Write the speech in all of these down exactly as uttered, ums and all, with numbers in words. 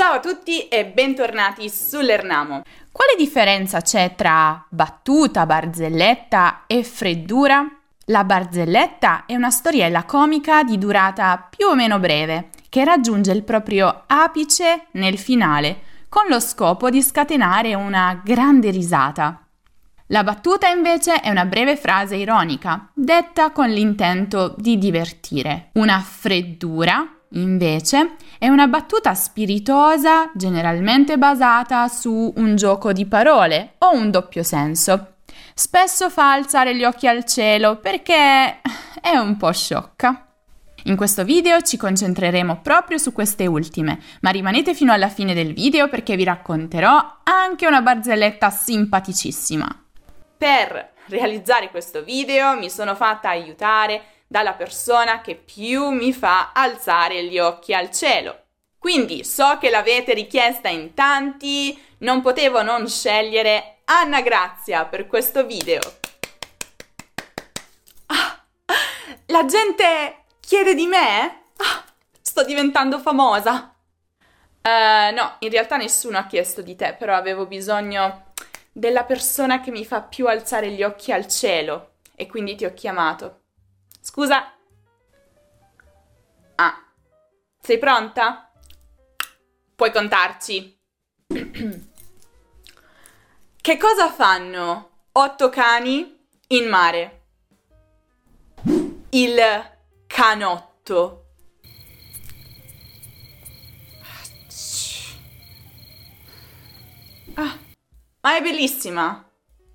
Ciao a tutti e bentornati sull'Ernamo. Quale differenza c'è tra battuta, barzelletta e freddura? La barzelletta è una storiella comica di durata più o meno breve, che raggiunge il proprio apice nel finale, con lo scopo di scatenare una grande risata. La battuta invece è una breve frase ironica, detta con l'intento di divertire. Una freddura invece è una battuta spiritosa, generalmente basata su un gioco di parole o un doppio senso. Spesso fa alzare gli occhi al cielo perché è un po' sciocca. In questo video ci concentreremo proprio su queste ultime, ma rimanete fino alla fine del video perché vi racconterò anche una barzelletta simpaticissima. Per realizzare questo video mi sono fatta aiutare dalla persona che più mi fa alzare gli occhi al cielo. Quindi so che l'avete richiesta in tanti, non potevo non scegliere Anna Grazia per questo video. Ah, la gente chiede di me? Ah, sto diventando famosa. Uh, no, in realtà nessuno ha chiesto di te, però avevo bisogno della persona che mi fa più alzare gli occhi al cielo e quindi ti ho chiamato. Scusa. Ah, sei pronta? Puoi contarci. Che cosa fanno otto cani in mare? Il canotto. Ah, ma è bellissima.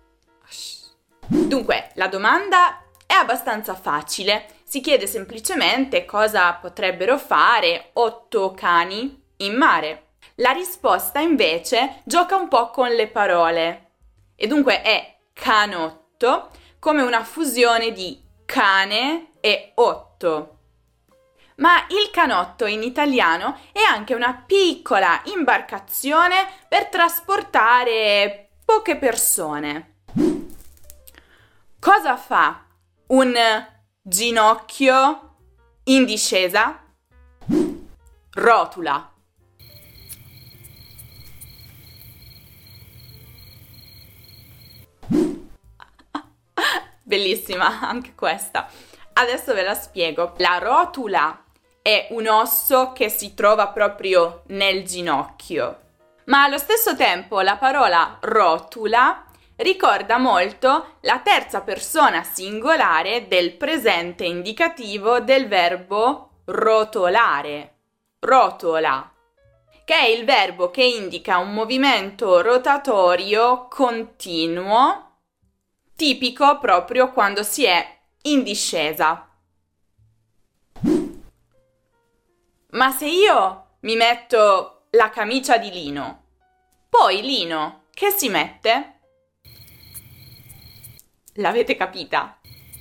Dunque, la domanda è abbastanza facile. Si chiede semplicemente cosa potrebbero fare otto cani in mare. La risposta invece gioca un po' con le parole e dunque è canotto come una fusione di cane e otto. Ma il canotto in italiano è anche una piccola imbarcazione per trasportare poche persone. Cosa fa un ginocchio in discesa? Rotula. Bellissima anche questa. Adesso ve la spiego. La rotula è un osso che si trova proprio nel ginocchio. Ma allo stesso tempo la parola rotula ricorda molto la terza persona singolare del presente indicativo del verbo rotolare. Rotola, che è il verbo che indica un movimento rotatorio continuo, tipico proprio quando si è in discesa. Ma se io mi metto la camicia di lino, poi Lino che si mette? L'avete capita?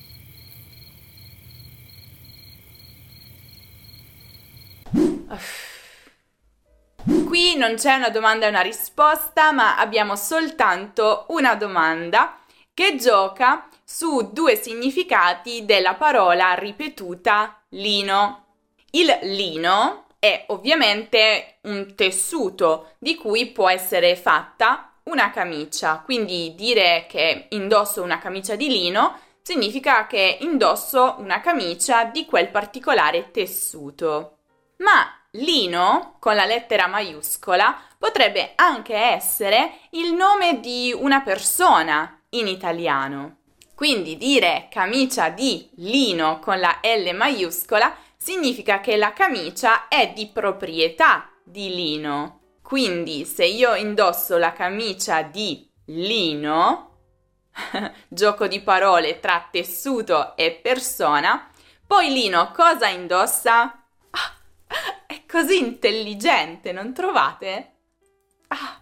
Qui non c'è una domanda e una risposta, ma abbiamo soltanto una domanda che gioca su due significati della parola ripetuta lino. Il lino è ovviamente un tessuto di cui può essere fatta una camicia, quindi dire che indosso una camicia di lino significa che indosso una camicia di quel particolare tessuto. Ma lino, con la lettera maiuscola, potrebbe anche essere il nome di una persona in italiano. Quindi dire camicia di lino con la L maiuscola significa che la camicia è di proprietà di Lino. Quindi se io indosso la camicia di lino, gioco di parole tra tessuto e persona, poi Lino cosa indossa? Ah, è così intelligente, non trovate? Ah.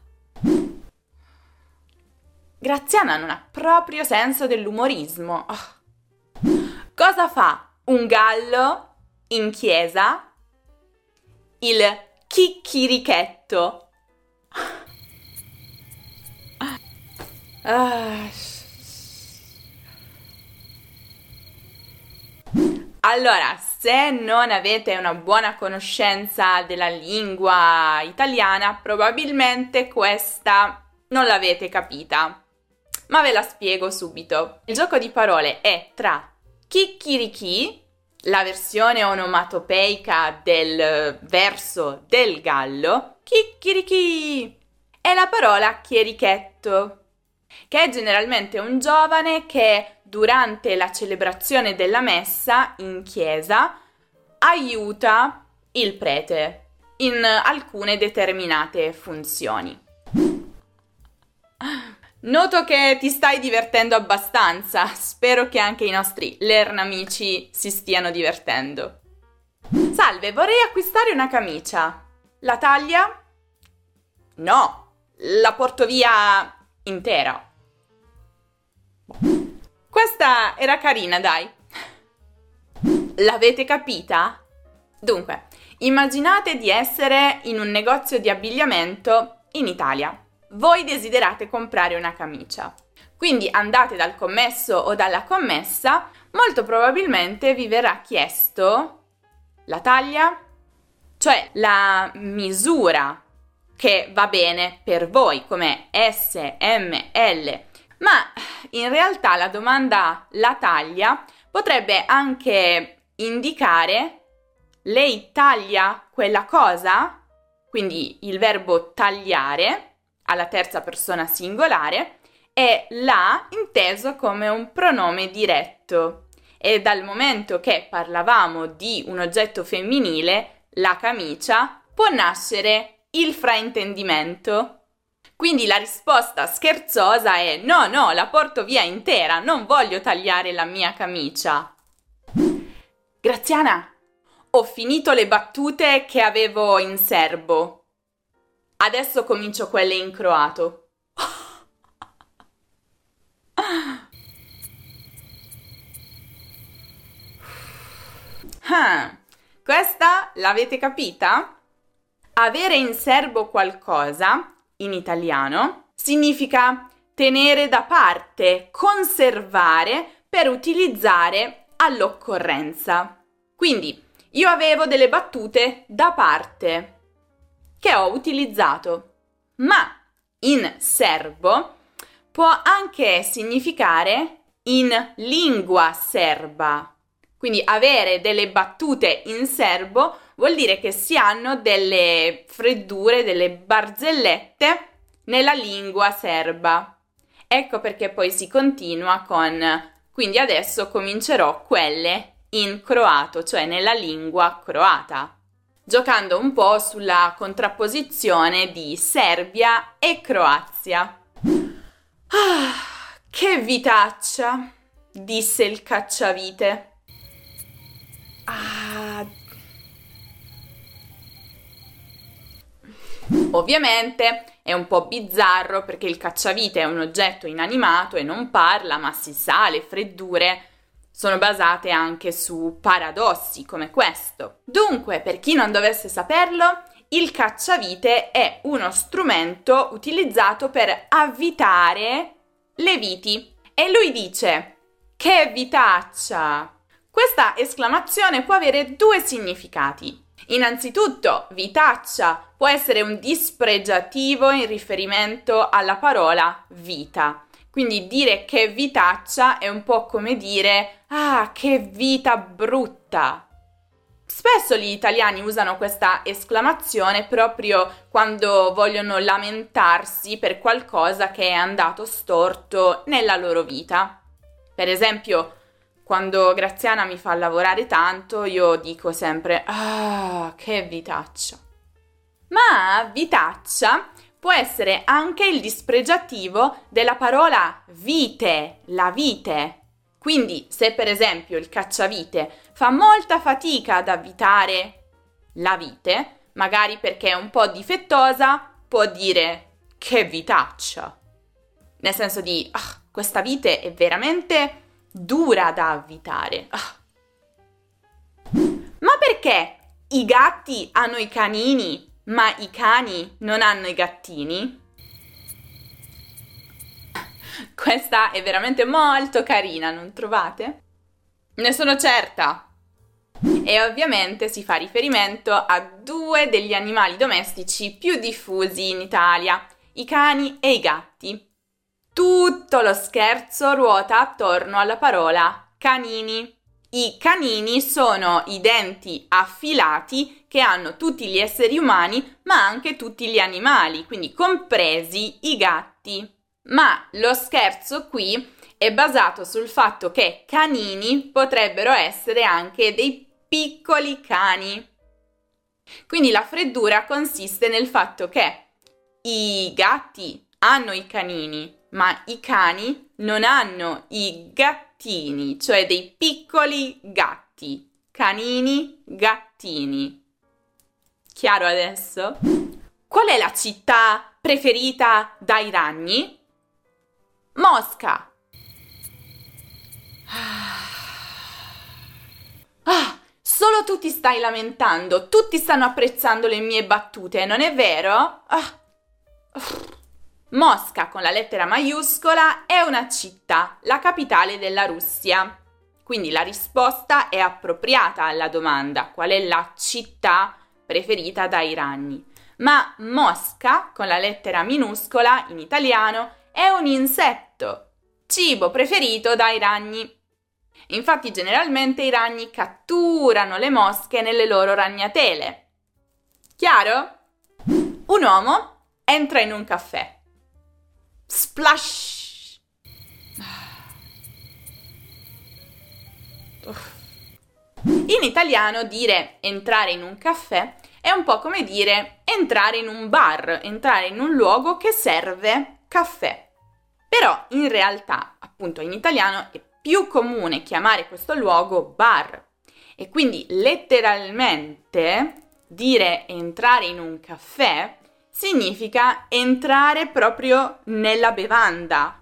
Graziana non ha proprio senso dell'umorismo. Oh. Cosa fa un gallo in chiesa? Il chicchirichetto. Ah. Allora, se non avete una buona conoscenza della lingua italiana, probabilmente questa non l'avete capita, ma ve la spiego subito. Il gioco di parole è tra chicchirichì, la versione onomatopeica del verso del gallo, chicchirichì, e la parola chierichetto, che è generalmente un giovane che durante la celebrazione della messa in chiesa aiuta il prete in alcune determinate funzioni. Noto che ti stai divertendo abbastanza, spero che anche i nostri lernamici si stiano divertendo. Salve, vorrei acquistare una camicia. La taglia? No, la porto via intera. Questa era carina, dai. L'avete capita? Dunque, immaginate di essere in un negozio di abbigliamento in Italia. Voi desiderate comprare una camicia. Quindi andate dal commesso o dalla commessa, molto probabilmente vi verrà chiesto la taglia, cioè la misura che va bene per voi, come S, M, L. Ma in realtà la domanda la taglia potrebbe anche indicare lei taglia quella cosa, quindi il verbo tagliare alla terza persona singolare, è la inteso come un pronome diretto. E dal momento che parlavamo di un oggetto femminile, la camicia, può nascere il fraintendimento. Quindi la risposta scherzosa è no, no, la porto via intera, non voglio tagliare la mia camicia. Graziana, ho finito le battute che avevo in serbo. Adesso comincio quelle in croato. Ah, questa l'avete capita? Avere in serbo qualcosa, in italiano, significa tenere da parte, conservare per utilizzare all'occorrenza. Quindi, io avevo delle battute da parte che ho utilizzato, ma in serbo può anche significare in lingua serba. Quindi avere delle battute in serbo vuol dire che si hanno delle freddure, delle barzellette nella lingua serba. Ecco perché poi si continua con quindi adesso comincerò quelle in croato, cioè nella lingua croata, giocando un po' sulla contrapposizione di Serbia e Croazia. Ah, che vitaccia, disse il cacciavite. Ah. Ovviamente è un po' bizzarro perché il cacciavite è un oggetto inanimato e non parla, ma si sa, le freddure sono basate anche su paradossi come questo. Dunque, per chi non dovesse saperlo, il cacciavite è uno strumento utilizzato per avvitare le viti. E lui dice: che vitaccia! Questa esclamazione può avere due significati. Innanzitutto, vitaccia può essere un dispregiativo in riferimento alla parola vita. Quindi dire che vitaccia è un po' come dire ah, che vita brutta. Spesso gli italiani usano questa esclamazione proprio quando vogliono lamentarsi per qualcosa che è andato storto nella loro vita. Per esempio, quando Graziana mi fa lavorare tanto, io dico sempre ah, che vitaccia. Ma vitaccia può essere anche il dispregiativo della parola vite, la vite. Quindi, se per esempio il cacciavite fa molta fatica ad avvitare la vite, magari perché è un po' difettosa, può dire che vitaccia. Nel senso di ah, questa vite è veramente dura da avvitare. Ah. Ma perché i gatti hanno i canini, ma i cani non hanno i gattini? Questa è veramente molto carina, non trovate? Ne sono certa. E ovviamente si fa riferimento a due degli animali domestici più diffusi in Italia, i cani e i gatti. Tutto lo scherzo ruota attorno alla parola canini. I canini sono i denti affilati che hanno tutti gli esseri umani, ma anche tutti gli animali, quindi compresi i gatti. Ma lo scherzo qui è basato sul fatto che canini potrebbero essere anche dei piccoli cani. Quindi la freddura consiste nel fatto che i gatti hanno i canini, ma i cani non hanno i gattini, cioè dei piccoli gatti. Canini, gattini. Chiaro adesso? Qual è la città preferita dai ragni? Mosca. Ah, solo tu ti stai lamentando, tutti stanno apprezzando le mie battute, non è vero? Ah. Mosca con la lettera maiuscola è una città, la capitale della Russia. Quindi la risposta è appropriata alla domanda: qual è la città preferita dai ragni? Ma Mosca con la lettera minuscola in italiano è un insetto, cibo preferito dai ragni. Infatti generalmente i ragni catturano le mosche nelle loro ragnatele. Chiaro? Un uomo entra in un caffè. Splash! In italiano dire entrare in un caffè è un po' come dire entrare in un bar, entrare in un luogo che serve caffè. Però in realtà, appunto in italiano, è più comune chiamare questo luogo bar. E quindi letteralmente dire entrare in un caffè significa entrare proprio nella bevanda.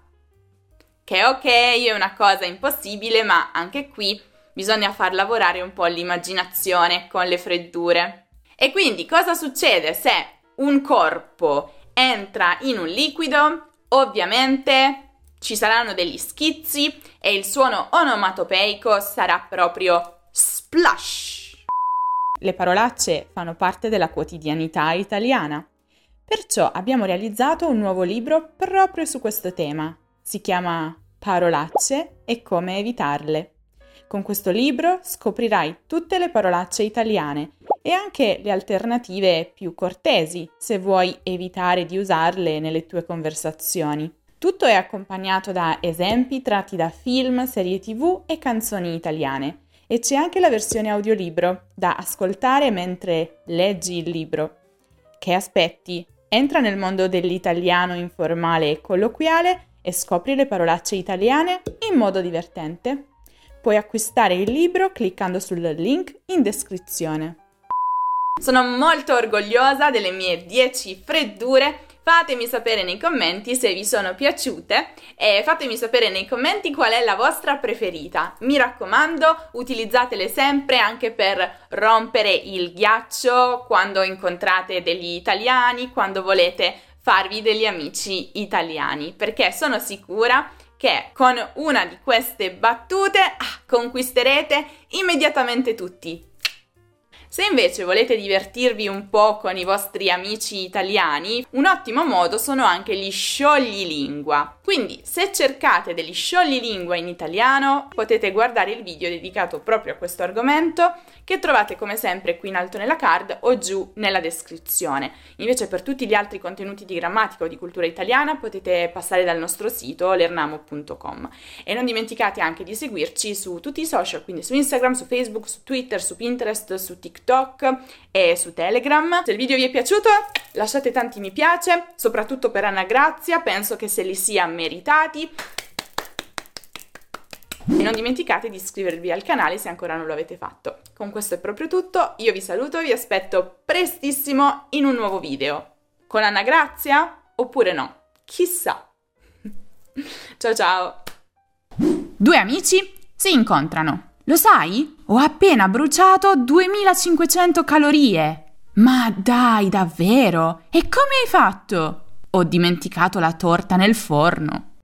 Che ok, è una cosa impossibile, ma anche qui bisogna far lavorare un po' l'immaginazione con le freddure. E quindi cosa succede se un corpo entra in un liquido? Ovviamente ci saranno degli schizzi e il suono onomatopeico sarà proprio splash. Le parolacce fanno parte della quotidianità italiana. Perciò abbiamo realizzato un nuovo libro proprio su questo tema. Si chiama Parolacce e come evitarle. Con questo libro scoprirai tutte le parolacce italiane e anche le alternative più cortesi se vuoi evitare di usarle nelle tue conversazioni. Tutto è accompagnato da esempi tratti da film, serie tivù e canzoni italiane. E c'è anche la versione audiolibro da ascoltare mentre leggi il libro. Che aspetti? Entra nel mondo dell'italiano informale e colloquiale e scopri le parolacce italiane in modo divertente. Puoi acquistare il libro cliccando sul link in descrizione. Sono molto orgogliosa delle mie dieci freddure. Fatemi sapere nei commenti se vi sono piaciute e fatemi sapere nei commenti qual è la vostra preferita. Mi raccomando, utilizzatele sempre anche per rompere il ghiaccio quando incontrate degli italiani, quando volete farvi degli amici italiani, perché sono sicura che con una di queste battute ah, conquisterete immediatamente tutti. Se invece volete divertirvi un po' con i vostri amici italiani, un ottimo modo sono anche gli scioglilingua. Quindi, se cercate degli scioglilingua in italiano, potete guardare il video dedicato proprio a questo argomento, che trovate come sempre qui in alto nella card o giù nella descrizione. Invece per tutti gli altri contenuti di grammatica o di cultura italiana potete passare dal nostro sito lernamo punto com. E non dimenticate anche di seguirci su tutti i social, quindi su Instagram, su Facebook, su Twitter, su Pinterest, su TikTok e su Telegram. Se il video vi è piaciuto lasciate tanti mi piace, soprattutto per Anna Grazia, penso che se li sia meritati. E non dimenticate di iscrivervi al canale se ancora non lo avete fatto. Con questo è proprio tutto, io vi saluto e vi aspetto prestissimo in un nuovo video. Con Anna Grazia? Oppure no? Chissà! Ciao ciao! Due amici si incontrano. Lo sai? Ho appena bruciato duemilacinquecento calorie. Ma dai, davvero? E come hai fatto? Ho dimenticato la torta nel forno.